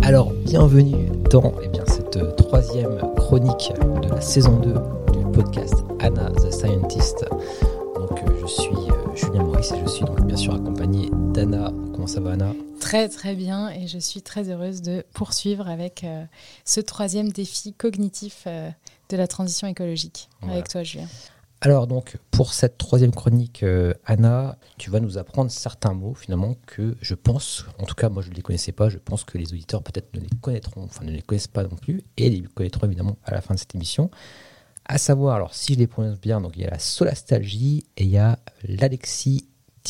Alors, bienvenue dans cette troisième chronique de la saison 2 du podcast Anna the Scientist. Donc, je suis Julien Maurice et je suis donc bien sûr accompagné d'Anna. Comment ça va, Anna ? Très très bien, et je suis très heureuse de poursuivre avec ce troisième défi cognitif de la transition écologique avec toi, Julien. Alors donc, pour cette troisième chronique, Anna, tu vas nous apprendre certains mots finalement que je pense, en tout cas moi je ne les connaissais pas, je pense que les auditeurs peut-être ne les connaîtront, enfin ne les connaissent pas non plus, et les connaîtront évidemment à la fin de cette émission. À savoir, alors si je les prononce bien, donc il y a la solastalgie et il y a l'alexithymie.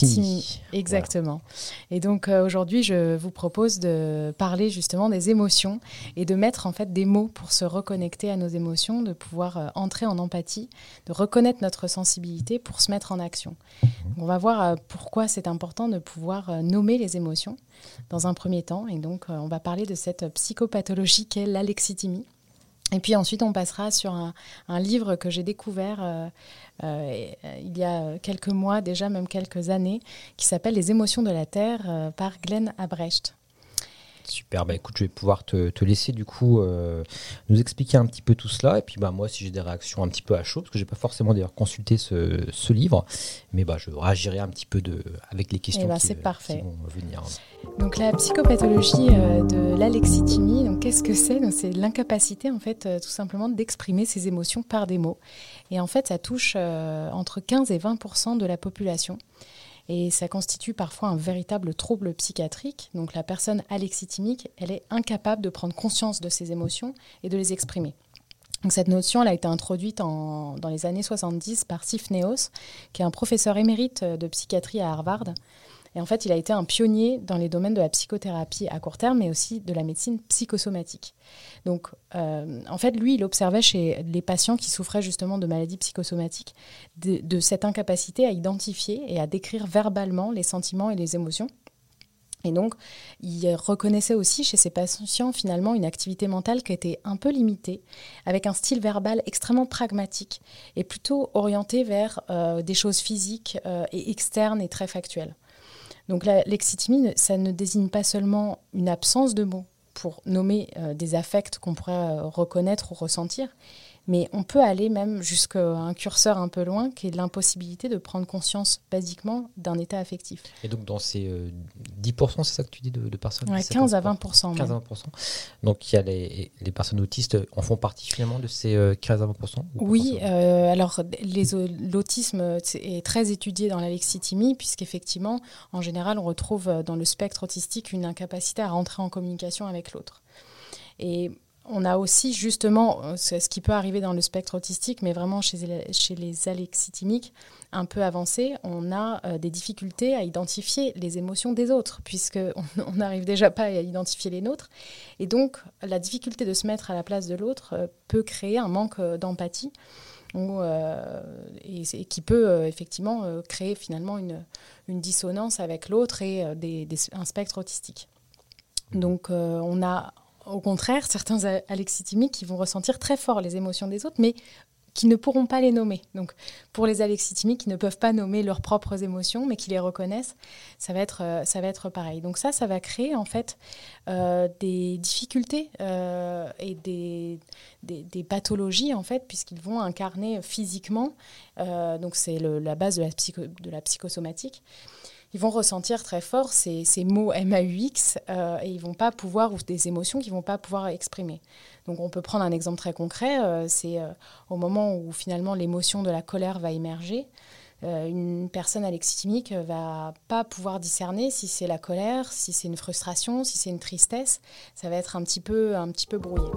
Exactement. Voilà. Et donc aujourd'hui, je vous propose de parler justement des émotions et de mettre en fait des mots pour se reconnecter à nos émotions, de pouvoir entrer en empathie, de reconnaître notre sensibilité pour se mettre en action. Donc, on va voir pourquoi c'est important de pouvoir nommer les émotions dans un premier temps. Et donc on va parler de cette psychopathologie qu'est l'alexithymie. Et puis ensuite, on passera sur un livre que j'ai découvert il y a quelques mois, déjà même quelques années, qui s'appelle « Les émotions de la Terre » par Glenn Abrecht. Super, bah écoute, je vais pouvoir te laisser du coup nous expliquer un petit peu tout cela. Et puis moi, si j'ai des réactions un petit peu à chaud, parce que je n'ai pas forcément d'ailleurs consulté ce livre, mais je réagirai un petit peu avec les questions qui vont venir. Donc la psychopathologie de l'alexithymie, donc qu'est-ce que c'est ? Donc, c'est l'incapacité en fait tout simplement d'exprimer ses émotions par des mots. Et en fait, ça touche entre 15 et 20% de la population. Et ça constitue parfois un véritable trouble psychiatrique. Donc la personne alexithymique, elle est incapable de prendre conscience de ses émotions et de les exprimer. Donc cette notion, elle a été introduite dans les années 70 par Sifneos, qui est un professeur émérite de psychiatrie à Harvard. Et en fait, il a été un pionnier dans les domaines de la psychothérapie à court terme, mais aussi de la médecine psychosomatique. Donc, en fait, lui, il observait chez les patients qui souffraient justement de maladies psychosomatiques de cette incapacité à identifier et à décrire verbalement les sentiments et les émotions. Et donc, il reconnaissait aussi chez ces patients, finalement, une activité mentale qui était un peu limitée, avec un style verbal extrêmement pragmatique et plutôt orienté vers des choses physiques et externes et très factuelles. Donc l'alexithymie, ça ne désigne pas seulement une absence de mots pour nommer des affects qu'on pourrait reconnaître ou ressentir, mais on peut aller même jusqu'à un curseur un peu loin, qui est l'impossibilité de prendre conscience basiquement d'un état affectif. Et donc dans ces 10%, c'est ça que tu dis de personnes ? Ouais, 15 à 20%. 15 à 20%. Donc il y a les personnes autistes en font partie finalement de ces 15 à 20% ? Oui, alors l'autisme est très étudié dans l'alexithymie, puisqu'effectivement, en général, on retrouve dans le spectre autistique une incapacité à rentrer en communication avec l'autre. Et on a aussi justement ce qui peut arriver dans le spectre autistique, mais vraiment chez les alexithymiques un peu avancés, on a des difficultés à identifier les émotions des autres, puisqu'on n'arrive déjà pas à identifier les nôtres. Et donc, la difficulté de se mettre à la place de l'autre peut créer un manque d'empathie et qui peut effectivement créer finalement une dissonance avec l'autre et un spectre autistique. Donc, on a au contraire certains alexithymiques qui vont ressentir très fort les émotions des autres, mais qui ne pourront pas les nommer. Donc, pour les alexithymiques qui ne peuvent pas nommer leurs propres émotions, mais qui les reconnaissent, ça va être pareil. Donc ça va créer en fait des difficultés et des pathologies en fait, puisqu'ils vont incarner physiquement. Donc c'est la base de la psychosomatique. Ils vont ressentir très fort ces mots MAUX et ils vont pas pouvoir, ou des émotions qu'ils vont pas pouvoir exprimer. Donc on peut prendre un exemple très concret, c'est au moment où finalement l'émotion de la colère va émerger, une personne alexithymique va pas pouvoir discerner si c'est la colère, si c'est une frustration, si c'est une tristesse. Ça va être un petit peu brouillé.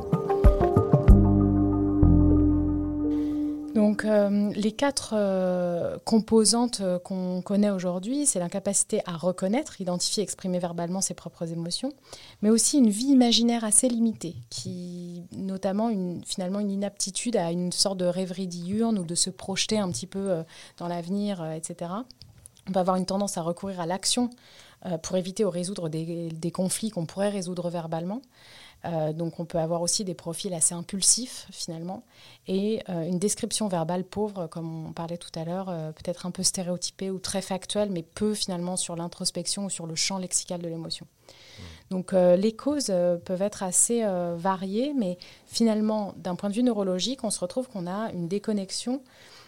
Donc les 4 composantes qu'on connaît aujourd'hui, c'est l'incapacité à reconnaître, identifier, exprimer verbalement ses propres émotions, mais aussi une vie imaginaire assez limitée, qui notamment finalement une inaptitude à une sorte de rêverie diurne ou de se projeter un petit peu dans l'avenir, etc. On va avoir une tendance à recourir à l'action pour éviter ou résoudre des conflits qu'on pourrait résoudre verbalement. Donc on peut avoir aussi des profils assez impulsifs finalement et une description verbale pauvre, comme on parlait tout à l'heure, peut-être un peu stéréotypée ou très factuelle, mais peu finalement sur l'introspection ou sur le champ lexical de l'émotion. Donc les causes peuvent être assez variées, mais finalement, d'un point de vue neurologique, on se retrouve qu'on a une déconnexion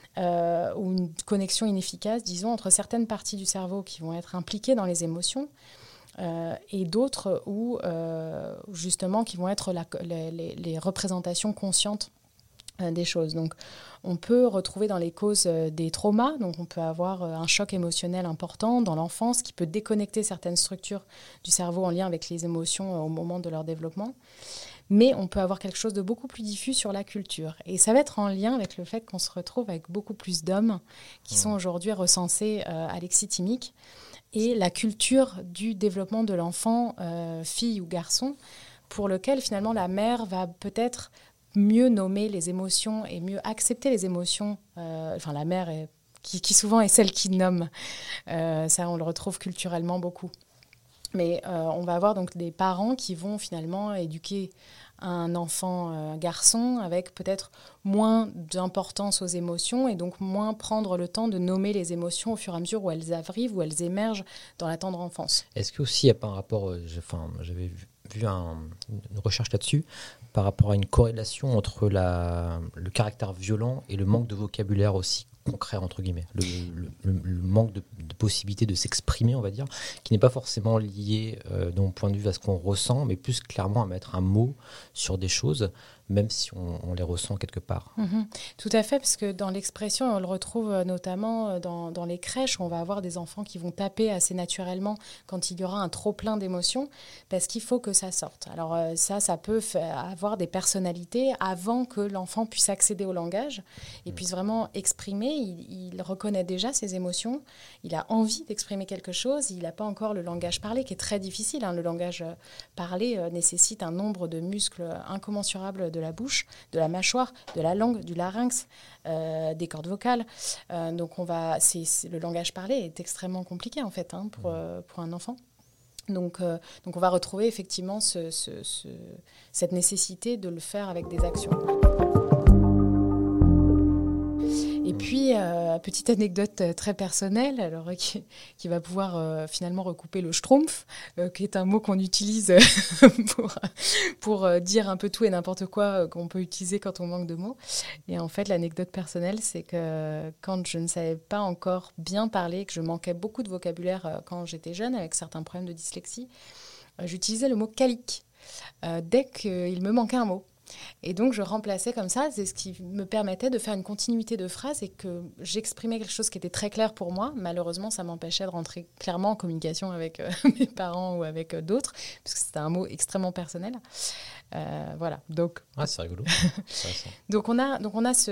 ou une connexion inefficace, disons, entre certaines parties du cerveau qui vont être impliquées dans les émotions et d'autres où, justement, qui vont être les représentations conscientes des choses. Donc, on peut retrouver dans les causes des traumas. Donc, on peut avoir un choc émotionnel important dans l'enfance qui peut déconnecter certaines structures du cerveau en lien avec les émotions au moment de leur développement. Mais on peut avoir quelque chose de beaucoup plus diffus sur la culture. Et ça va être en lien avec le fait qu'on se retrouve avec beaucoup plus d'hommes qui sont aujourd'hui recensés à alexithymiques. Et la culture du développement de l'enfant, fille ou garçon, pour lequel finalement la mère va peut-être mieux nommer les émotions et mieux accepter les émotions. La mère, qui souvent est celle qui nomme. Ça, on le retrouve culturellement beaucoup. Mais on va avoir donc des parents qui vont finalement éduquer un enfant garçon avec peut-être moins d'importance aux émotions et donc moins prendre le temps de nommer les émotions au fur et à mesure où elles arrivent, où elles émergent dans la tendre enfance. Est-ce qu'aussi il n'y a pas un rapport, j'avais vu une recherche là-dessus, par rapport à une corrélation entre le caractère violent et le manque de vocabulaire aussi concret, entre guillemets, le manque de possibilité de s'exprimer, on va dire, qui n'est pas forcément lié, de mon point de vue, à ce qu'on ressent, mais plus clairement à mettre un mot sur des choses, même si on les ressent quelque part. Tout à fait, parce que dans l'expression, on le retrouve notamment dans les crèches, où on va avoir des enfants qui vont taper assez naturellement quand il y aura un trop-plein d'émotions, parce qu'il faut que ça sorte. Alors ça peut avoir des personnalités avant que l'enfant puisse accéder au langage et puisse vraiment exprimer. Il reconnaît déjà ses émotions, il a envie d'exprimer quelque chose, il n'a pas encore le langage parlé, qui est très difficile. Le langage parlé nécessite un nombre de muscles incommensurable de la bouche, de la mâchoire, de la langue, du larynx, des cordes vocales. Donc le langage parlé est extrêmement compliqué en fait pour un enfant. Donc on va retrouver effectivement cette nécessité de le faire avec des actions. Et puis, petite anecdote très personnelle, alors, qui va pouvoir finalement recouper le schtroumpf, qui est un mot qu'on utilise pour dire un peu tout et n'importe quoi qu'on peut utiliser quand on manque de mots. Et en fait, l'anecdote personnelle, c'est que quand je ne savais pas encore bien parler, que je manquais beaucoup de vocabulaire quand j'étais jeune, avec certains problèmes de dyslexie, j'utilisais le mot calique dès qu'il me manquait un mot. Et donc, je remplaçais comme ça, c'est ce qui me permettait de faire une continuité de phrases et que j'exprimais quelque chose qui était très clair pour moi. Malheureusement, ça m'empêchait de rentrer clairement en communication avec mes parents ou avec d'autres, parce que c'était un mot extrêmement personnel. Voilà. Donc, c'est rigolo. donc, on a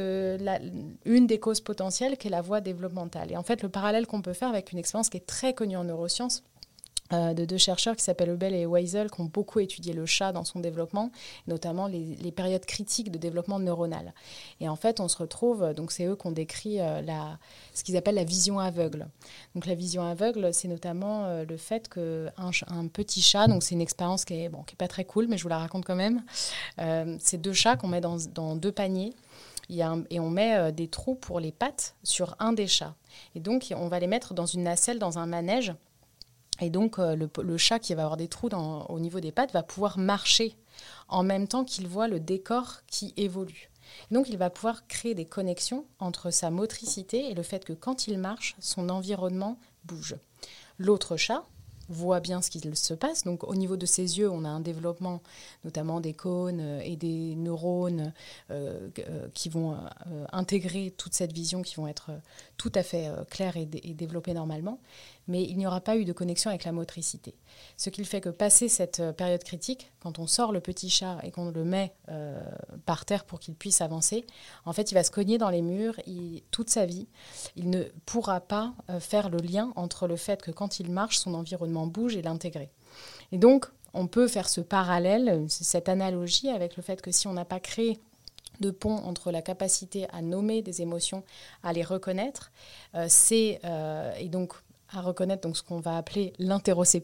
une des causes potentielles qui est la voie développementale. Et en fait, le parallèle qu'on peut faire avec une expérience qui est très connue en neurosciences, de deux chercheurs qui s'appellent Ebel et Weisel, qui ont beaucoup étudié le chat dans son développement, notamment les périodes critiques de développement neuronal. Et en fait, on se retrouve, donc c'est eux qui ont décrit ce qu'ils appellent la vision aveugle. Donc la vision aveugle, c'est notamment le fait qu'un petit chat, donc c'est une expérience qui est pas très cool, mais je vous la raconte quand même, c'est deux chats qu'on met dans deux paniers. Et on met des trous pour les pattes sur un des chats. Et donc, on va les mettre dans une nacelle, dans un manège. Et donc, le chat qui va avoir des trous au niveau des pattes va pouvoir marcher en même temps qu'il voit le décor qui évolue. Et donc, il va pouvoir créer des connexions entre sa motricité et le fait que quand il marche, son environnement bouge. L'autre chat voit bien ce qu'il se passe. Donc, au niveau de ses yeux, on a un développement, notamment des cônes et des neurones qui vont intégrer toute cette vision, qui vont être tout à fait claires et développées normalement. Mais il n'y aura pas eu de connexion avec la motricité. Ce qui fait que passer cette période critique, quand on sort le petit chat et qu'on le met par terre pour qu'il puisse avancer, en fait, il va se cogner dans les murs toute sa vie. Il ne pourra pas faire le lien entre le fait que quand il marche, son environnement bouge et l'intégrer. Et donc, on peut faire ce parallèle, cette analogie avec le fait que si on n'a pas créé de pont entre la capacité à nommer des émotions, à les reconnaître, et donc à reconnaître ce qu'on va appeler l'interoception,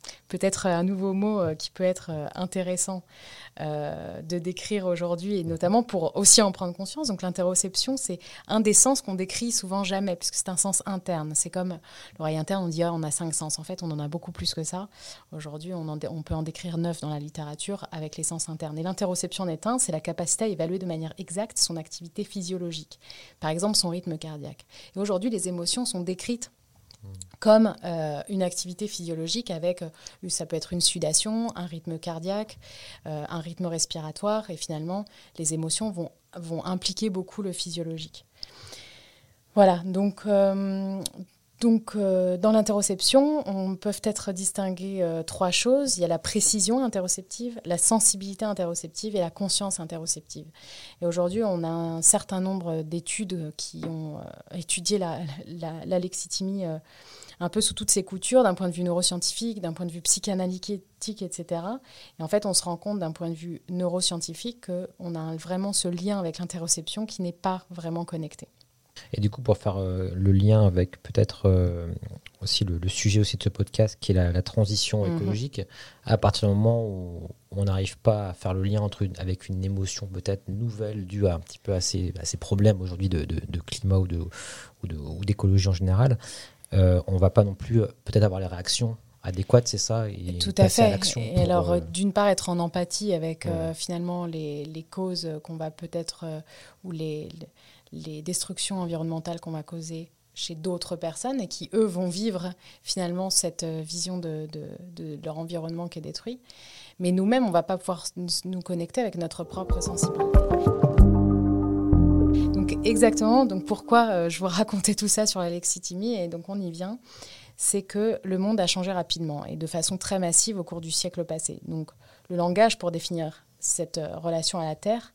peut-être un nouveau mot qui peut être intéressant de décrire aujourd'hui, et notamment pour aussi en prendre conscience. Donc l'interoception, c'est un des sens qu'on décrit souvent jamais, puisque c'est un sens interne. C'est comme l'oreille interne, on dit on a 5 sens. En fait, on en a beaucoup plus que ça. Aujourd'hui, on peut en décrire 9 dans la littérature avec les sens internes. Et l'interoception en est un, c'est la capacité à évaluer de manière exacte son activité physiologique. Par exemple, son rythme cardiaque. Et aujourd'hui, les émotions sont décrites comme une activité physiologique avec, ça peut être une sudation, un rythme cardiaque, un rythme respiratoire, et finalement, les émotions vont impliquer beaucoup le physiologique. Voilà, donc dans l'interoception, on peut être distinguer 3 choses. Il y a la précision interoceptive, la sensibilité interoceptive et la conscience interoceptive. Et aujourd'hui, on a un certain nombre d'études qui ont étudié l'alexithymie un peu sous toutes ses coutures, d'un point de vue neuroscientifique, d'un point de vue psychanalytique, etc. Et en fait, on se rend compte d'un point de vue neuroscientifique qu'on a vraiment ce lien avec l'interoception qui n'est pas vraiment connecté. Et du coup, pour faire le lien avec peut-être aussi le sujet aussi de ce podcast, qui est la transition écologique, à partir du moment où on n'arrive pas à faire le lien avec une émotion peut-être nouvelle due à un petit peu à ces problèmes aujourd'hui de climat ou d'écologie en général, on ne va pas non plus peut-être avoir les réactions adéquates, c'est ça, et tout à fait. À l'action. Et alors, d'une part, être en empathie avec finalement les causes qu'on va peut-être, ou les destructions environnementales qu'on va causer chez d'autres personnes et qui, eux, vont vivre finalement cette vision de leur environnement qui est détruit. Mais nous-mêmes, on ne va pas pouvoir nous connecter avec notre propre sensibilité. Donc, exactement. Donc, pourquoi je vous racontais tout ça sur l'alexithymie, et donc on y vient, c'est que le monde a changé rapidement et de façon très massive au cours du siècle passé. Donc, le langage pour définir cette relation à la Terre,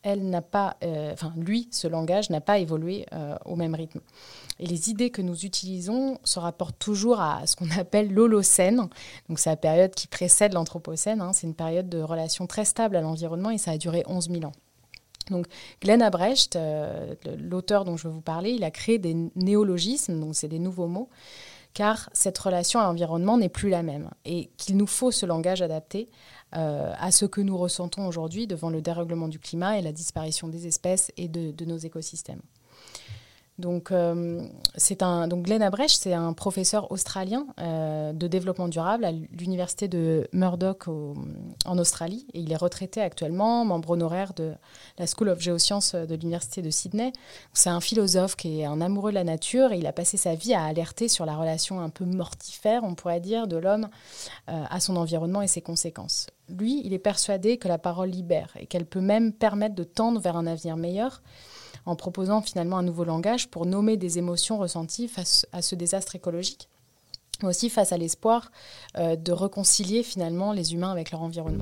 ce langage n'a pas évolué au même rythme. Et les idées que nous utilisons se rapportent toujours à ce qu'on appelle l'Holocène. Donc c'est la période qui précède l'Anthropocène. C'est une période de relation très stable à l'environnement et ça a duré 11 000 ans. Donc Glenn Abrecht, l'auteur dont je vais vous parler, il a créé des néologismes, donc c'est des nouveaux mots, car cette relation à l'environnement n'est plus la même et qu'il nous faut ce langage adapté à ce que nous ressentons aujourd'hui devant le dérèglement du climat et la disparition des espèces et de nos écosystèmes. Donc Glenn Abrecht, c'est un professeur australien de développement durable à l'université de Murdoch en Australie. Et il est retraité actuellement, membre honoraire de la School of Geosciences de l'université de Sydney. C'est un philosophe qui est un amoureux de la nature et il a passé sa vie à alerter sur la relation un peu mortifère, on pourrait dire, de l'homme à son environnement et ses conséquences. Lui, il est persuadé que la parole libère et qu'elle peut même permettre de tendre vers un avenir meilleur, en proposant finalement un nouveau langage pour nommer des émotions ressenties face à ce désastre écologique, mais aussi face à l'espoir de réconcilier finalement les humains avec leur environnement.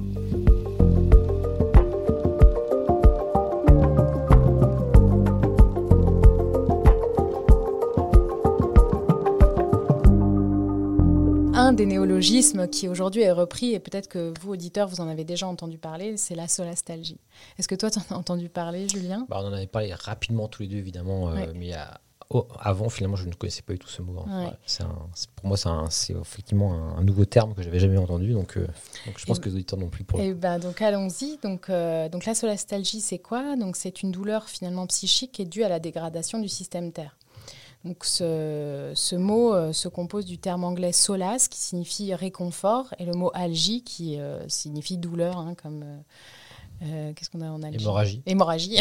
Un des néologismes qui aujourd'hui est repris, et peut-être que vous, auditeurs, vous en avez déjà entendu parler, c'est la solastalgie. Est-ce que toi, tu en as entendu parler, Julien ? On en avait parlé rapidement tous les deux, évidemment, mais avant, finalement, je ne connaissais pas du tout ce mot. Ouais. Pour moi, c'est effectivement un nouveau terme que je n'avais jamais entendu, donc je pense que les auditeurs non plus. Donc allons-y. Donc la solastalgie, c'est quoi ? Donc c'est une douleur finalement psychique qui est due à la dégradation du système Terre. Donc ce mot se compose du terme anglais solace qui signifie réconfort et le mot algie qui signifie douleur, comme qu'est-ce qu'on a en algie ? Hémorragie.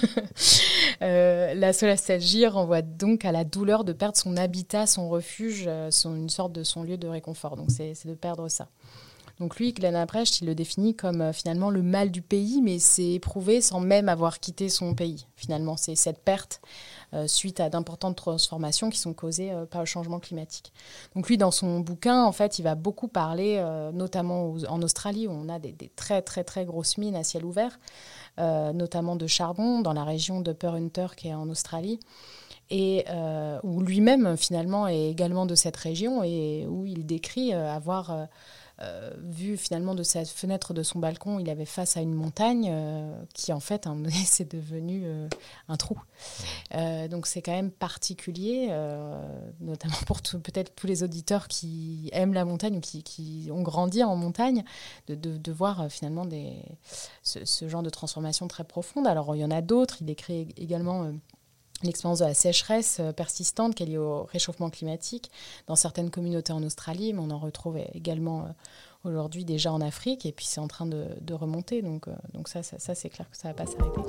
La solastalgie renvoie donc à la douleur de perdre son habitat, son refuge, une sorte de son lieu de réconfort. Donc c'est de perdre ça. Donc lui, Glenn Abrecht, il le définit comme finalement le mal du pays, mais c'est éprouvé sans même avoir quitté son pays. Finalement, c'est cette perte suite à d'importantes transformations qui sont causées par le changement climatique. Donc lui, dans son bouquin, en fait, il va beaucoup parler, notamment en Australie, où on a des très, très, très grosses mines à ciel ouvert, notamment de charbon, dans la région de Upper Hunter, qui est en Australie, et où lui-même, finalement, est également de cette région, et où il décrit avoir vu finalement de sa fenêtre de son balcon, il avait face à une montagne qui en fait, à un moment donné, c'est devenu un trou. Donc c'est quand même particulier, notamment pour peut-être tous les auditeurs qui aiment la montagne ou qui ont grandi en montagne, de voir finalement ce genre de transformation très profonde. Alors il y en a d'autres, il décrit également l'expérience de la sécheresse persistante qui est liée au réchauffement climatique dans certaines communautés en Australie, mais on en retrouve également aujourd'hui déjà en Afrique, et puis c'est en train de remonter. Donc ça, c'est clair que ça ne va pas s'arrêter.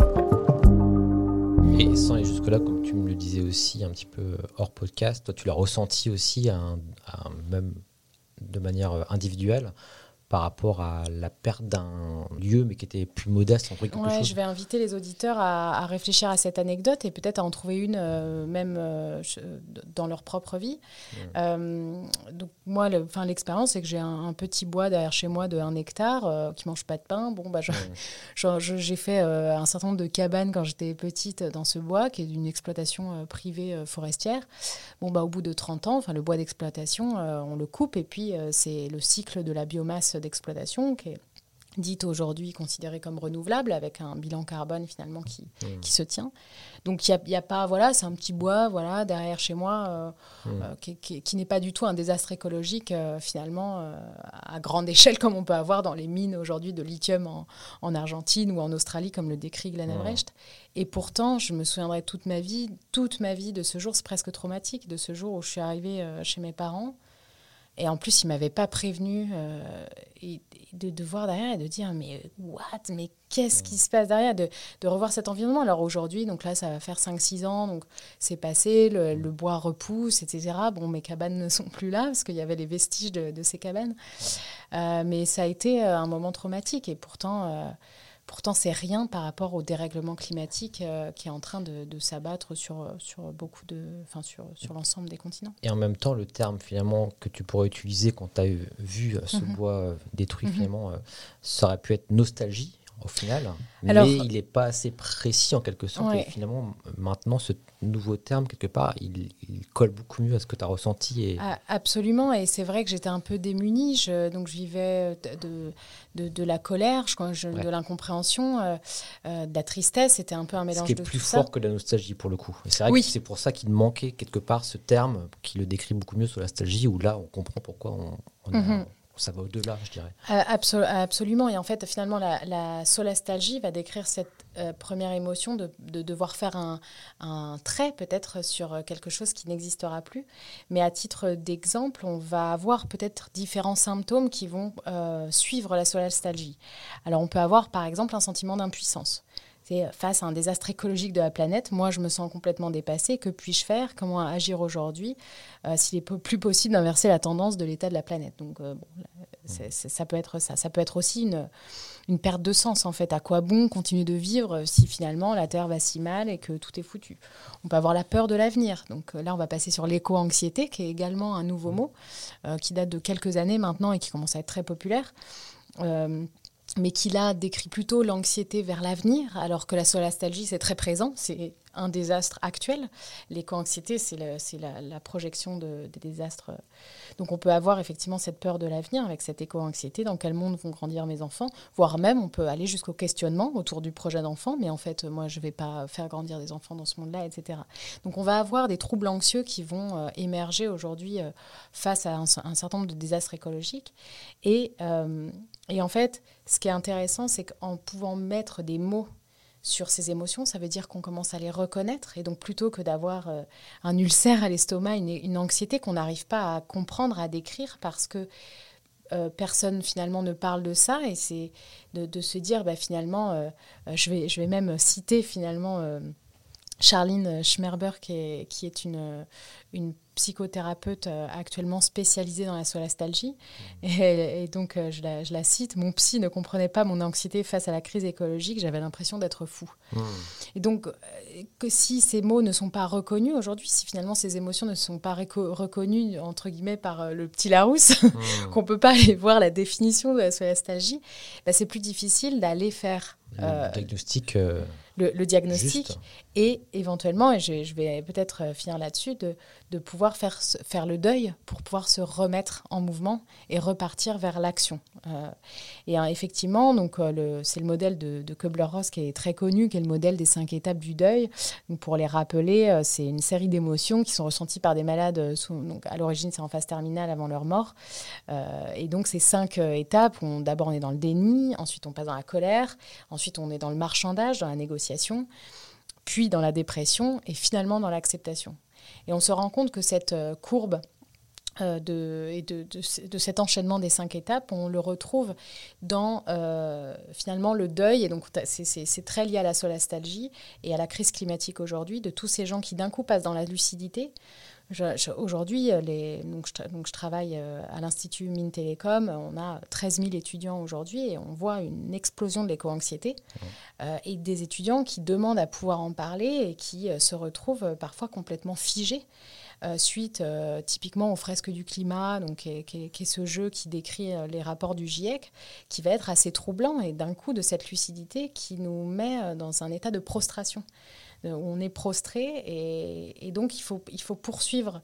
Et sans aller jusque-là, comme tu me le disais aussi un petit peu hors podcast, toi tu l'as ressenti aussi même de manière individuelle, par rapport à la perte d'un lieu, mais qui était plus modeste, en quelque chose. Je vais inviter les auditeurs à réfléchir à cette anecdote et peut-être à en trouver une même dans leur propre vie. Donc moi, l'expérience, c'est que j'ai un petit bois derrière chez moi de 1 hectare qui mange pas de pain. Bon, j'ai fait un certain nombre de cabanes quand j'étais petite dans ce bois, qui est d'une exploitation privée forestière. Bon, au bout de 30 ans, le bois d'exploitation, on le coupe, et puis c'est le cycle de la biomasse d'exploitation qui est dite aujourd'hui considérée comme renouvelable, avec un bilan carbone finalement qui se tient. Donc il y a pas, c'est un petit bois derrière chez moi qui n'est pas du tout un désastre écologique finalement à grande échelle, comme on peut avoir dans les mines aujourd'hui de lithium en Argentine ou en Australie, comme le décrit Glenn Elrecht. Et pourtant, je me souviendrai toute ma vie de ce jour. C'est presque traumatique, de ce jour où je suis arrivée chez mes parents. Et en plus, ils ne m'avaient pas prévenu, et de voir derrière et de dire mais qu'est-ce qui se passe derrière, de revoir cet environnement. Alors aujourd'hui, donc là, ça va faire 5-6 ans, donc c'est passé, le bois repousse, etc. Bon, mes cabanes ne sont plus là, parce qu'il y avait les vestiges de ces cabanes. Mais ça a été un moment traumatique, et pourtant, c'est rien par rapport au dérèglement climatique qui est en train de s'abattre sur l'ensemble des continents. Et en même temps, le terme finalement que tu pourrais utiliser quand tu as vu ce bois détruit, finalement, ça aurait pu être nostalgie au final, mais il n'est pas assez précis en quelque sorte. Et finalement, maintenant, ce nouveau terme, quelque part, il colle beaucoup mieux à ce que tu as ressenti. Absolument, et c'est vrai que j'étais un peu démunie. Donc je vivais de la colère, de l'incompréhension, de la tristesse. C'était un peu un mélange de tout ça. Ce qui est plus fort que la nostalgie, pour le coup. Et c'est vrai que c'est pour ça qu'il manquait quelque part ce terme qui le décrit beaucoup mieux sur la nostalgie, où là, on comprend pourquoi ça va au-delà, je dirais. Absolument. Et en fait, finalement, la solastalgie va décrire cette première émotion de devoir faire un trait, peut-être, sur quelque chose qui n'existera plus. Mais à titre d'exemple, on va avoir peut-être différents symptômes qui vont suivre la solastalgie. Alors, on peut avoir, par exemple, un sentiment d'impuissance. C'est face à un désastre écologique de la planète, moi je me sens complètement dépassée. Que puis-je faire ? Comment agir aujourd'hui s'il n'est plus possible d'inverser la tendance de l'état de la planète ? Donc ça peut être ça. Ça peut être aussi une perte de sens en fait. À quoi bon continuer de vivre si finalement la Terre va si mal et que tout est foutu ? On peut avoir la peur de l'avenir. Donc là on va passer sur l'éco-anxiété, qui est également un nouveau mot qui date de quelques années maintenant et qui commence à être très populaire. Mais qui là décrit plutôt l'anxiété vers l'avenir, alors que la solastalgie, c'est très présent, c'est un désastre actuel. L'éco-anxiété, c'est la projection des désastres. Donc on peut avoir effectivement cette peur de l'avenir avec cette éco-anxiété, dans quel monde vont grandir mes enfants, voire même on peut aller jusqu'au questionnement autour du projet d'enfant, mais en fait moi je ne vais pas faire grandir des enfants dans ce monde-là, etc. Donc on va avoir des troubles anxieux qui vont émerger aujourd'hui face à un certain nombre de désastres écologiques. Et en fait, ce qui est intéressant, c'est qu'en pouvant mettre des mots sur ces émotions, ça veut dire qu'on commence à les reconnaître. Et donc, plutôt que d'avoir un ulcère à l'estomac, une anxiété qu'on n'arrive pas à comprendre, à décrire, parce que personne, finalement, ne parle de ça. Et c'est de se dire, finalement, je vais même citer, finalement, Charline Schmerber, qui est une psychothérapeute actuellement spécialisée dans la solastalgie. Et donc, je la cite, « Mon psy ne comprenait pas mon anxiété face à la crise écologique, j'avais l'impression d'être fou. » Et donc, que si ces mots ne sont pas reconnus aujourd'hui, si finalement ces émotions ne sont pas reconnues, entre guillemets, par le petit Larousse, qu'on ne peut pas aller voir la définition de la solastalgie, c'est plus difficile d'aller faire le diagnostic. Le diagnostic juste. Et éventuellement, et je vais peut-être finir là-dessus, de pouvoir pouvoir faire le deuil, pour pouvoir se remettre en mouvement et repartir vers l'action. Effectivement, donc, c'est le modèle de Kubler-Ross qui est très connu, qui est le modèle des 5 étapes du deuil. Donc, pour les rappeler, c'est une série d'émotions qui sont ressenties par des malades, donc à l'origine c'est en phase terminale avant leur mort. Et donc ces 5 étapes, d'abord on est dans le déni, ensuite on passe dans la colère, ensuite on est dans le marchandage, dans la négociation, puis dans la dépression et finalement dans l'acceptation. Et on se rend compte que cette courbe de cet enchaînement des 5 étapes, on le retrouve dans finalement le deuil. Et donc c'est très lié à la solastalgie et à la crise climatique aujourd'hui, de tous ces gens qui d'un coup passent dans la lucidité. Aujourd'hui, je travaille à l'Institut Mines Télécom, on a 13 000 étudiants aujourd'hui et on voit une explosion de l'éco-anxiété et des étudiants qui demandent à pouvoir en parler et qui se retrouvent parfois complètement figés suite typiquement aux fresques du climat, donc, qui est ce jeu qui décrit les rapports du GIEC, qui va être assez troublant et d'un coup de cette lucidité qui nous met dans un état de prostration. Où on est prostré et donc il faut poursuivre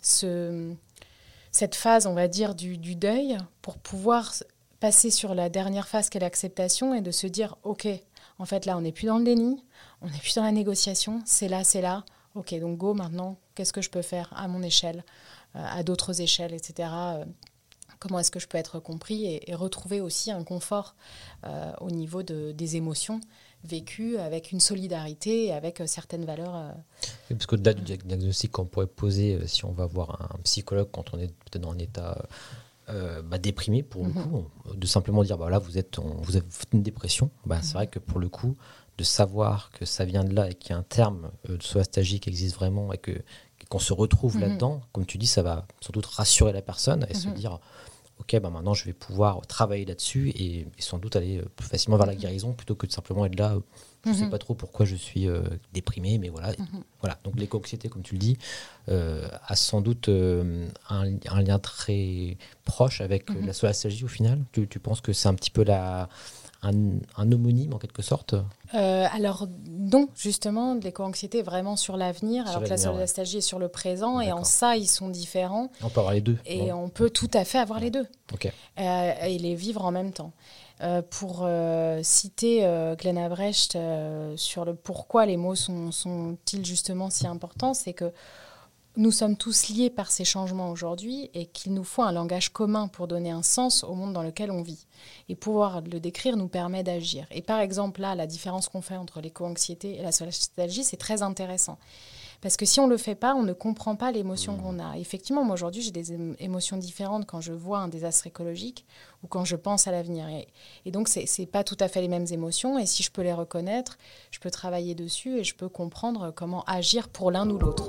cette phase, on va dire, du deuil pour pouvoir passer sur la dernière phase qui est l'acceptation et de se dire ok, en fait là on n'est plus dans le déni, on n'est plus dans la négociation, c'est là, ok, donc go maintenant, qu'est-ce que je peux faire à mon échelle, à d'autres échelles, etc. Comment est-ce que je peux être compris et retrouver aussi un confort au niveau des émotions vécues avec une solidarité et avec certaines valeurs. Oui, parce qu'au-delà du diagnostic qu'on pourrait poser si on va voir un psychologue quand on est peut-être dans un état déprimé, pour le coup, de simplement dire là vous avez une dépression, c'est vrai que pour le coup, de savoir que ça vient de là et qu'il y a un terme de solastalgie qui existe vraiment et qu'on se retrouve là-dedans, comme tu dis, ça va sans doute rassurer la personne et se dire ok, maintenant je vais pouvoir travailler là-dessus et sans doute aller plus facilement vers la guérison plutôt que de simplement être là, je ne sais pas trop pourquoi je suis déprimé, mais voilà. Voilà. Donc l'éco-anxiété, comme tu le dis, a sans doute un lien très proche avec la solastalgie au final. Tu penses que c'est un petit peu un homonyme en quelque sorte? Alors non, justement, l'éco-anxiété est vraiment sur l'avenir, alors que la solastalgie est sur le présent. D'accord. Et en ça, ils sont différents. On peut avoir les deux. Et on peut tout à fait avoir les deux. Okay. Et les vivre en même temps. Pour citer Glenn Abrecht sur le pourquoi les mots sont-ils justement si importants, c'est que nous sommes tous liés par ces changements aujourd'hui et qu'il nous faut un langage commun pour donner un sens au monde dans lequel on vit. Et pouvoir le décrire nous permet d'agir. Et par exemple, là, la différence qu'on fait entre l'éco-anxiété et la solastalgie, c'est très intéressant. Parce que si on ne le fait pas, on ne comprend pas l'émotion qu'on a. Effectivement, moi aujourd'hui, j'ai des émotions différentes quand je vois un désastre écologique ou quand je pense à l'avenir. Et donc, ce n'est pas tout à fait les mêmes émotions. Et si je peux les reconnaître, je peux travailler dessus et je peux comprendre comment agir pour l'un ou l'autre.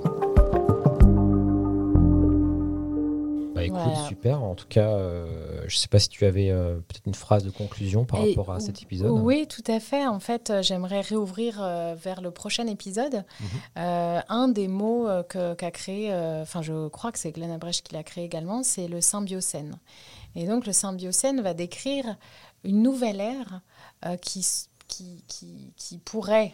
Écoute, voilà. Super. En tout cas, je ne sais pas si tu avais peut-être une phrase de conclusion par rapport à cet épisode. Oui, tout à fait. En fait, j'aimerais réouvrir vers le prochain épisode. Un des mots qu'a créé, je crois que c'est Glenn Abrecht qui l'a créé également, c'est le symbiocène. Et donc, le symbiocène va décrire une nouvelle ère qui pourrait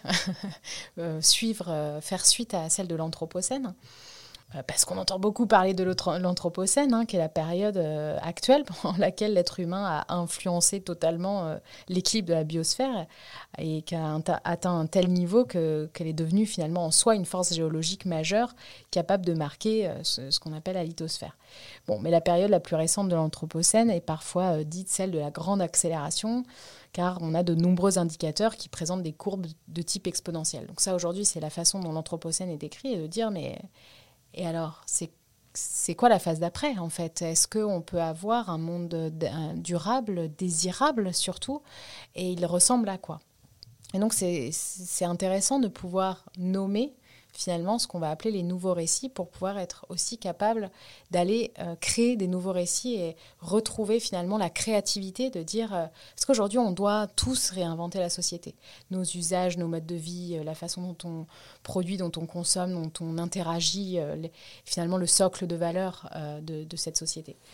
faire suite à celle de l'anthropocène. Parce qu'on entend beaucoup parler de l'anthropocène, qui est la période actuelle pendant laquelle l'être humain a influencé totalement l'équilibre de la biosphère et qui a atteint un tel niveau qu'elle est devenue finalement en soi une force géologique majeure capable de marquer ce qu'on appelle la lithosphère. Bon, mais la période la plus récente de l'anthropocène est parfois dite celle de la grande accélération, car on a de nombreux indicateurs qui présentent des courbes de type exponentiel. Donc ça, aujourd'hui, c'est la façon dont l'anthropocène est décrit, et de dire, mais... Et alors, c'est quoi la phase d'après, en fait? Est-ce qu'on peut avoir un monde durable, désirable surtout? Et il ressemble à quoi? Et donc, c'est intéressant de pouvoir nommer finalement ce qu'on va appeler les nouveaux récits pour pouvoir être aussi capable d'aller créer des nouveaux récits et retrouver finalement la créativité de dire parce qu'aujourd'hui on doit tous réinventer la société, nos usages, nos modes de vie, la façon dont on produit, dont on consomme, dont on interagit, finalement le socle de valeurs de cette société.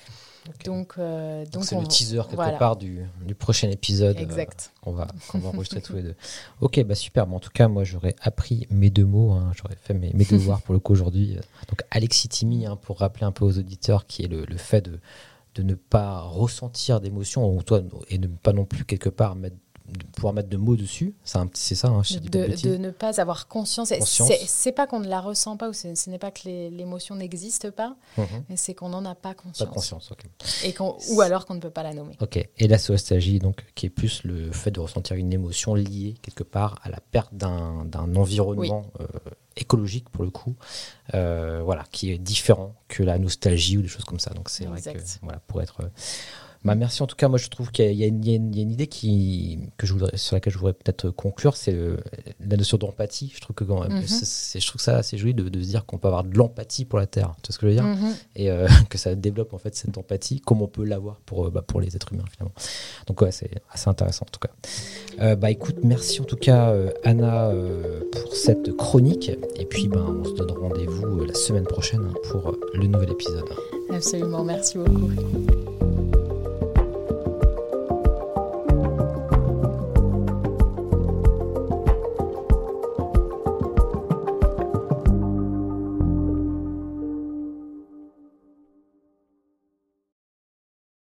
Okay. Donc c'est le teaser quelque part du prochain épisode qu'on va enregistrer tous les deux. Ok, super. En tout cas, moi, j'aurais appris mes 2 mots. J'aurais fait mes devoirs pour le coup aujourd'hui. Donc, alexithymie, pour rappeler un peu aux auditeurs, qui est le fait de ne pas ressentir d'émotion et de ne pas non plus quelque part de pouvoir mettre de mots dessus, c'est ça, je dis pas de bêtises. De ne pas avoir conscience. C'est pas qu'on ne la ressent pas, ou ce n'est pas que l'émotion n'existe pas, mais c'est qu'on n'en a pas conscience. Pas conscience, ok. Ou alors qu'on ne peut pas la nommer. Ok, et la solastalgie, donc, qui est plus le fait de ressentir une émotion liée quelque part à la perte d'un environnement écologique pour le coup, qui est différent que la nostalgie ou des choses comme ça. Donc c'est vrai que pour être... merci en tout cas. Moi je trouve qu'il y a une idée sur laquelle je voudrais peut-être conclure, c'est la notion d'empathie. Je trouve que je trouve ça assez joli de se dire qu'on peut avoir de l'empathie pour la Terre, tu vois ce que je veux dire, et que ça développe en fait cette empathie comme on peut l'avoir pour les êtres humains finalement. Donc c'est assez intéressant en tout cas. Écoute, merci en tout cas Anna pour cette chronique, et puis on se donne rendez-vous la semaine prochaine pour le nouvel épisode. Absolument, merci beaucoup.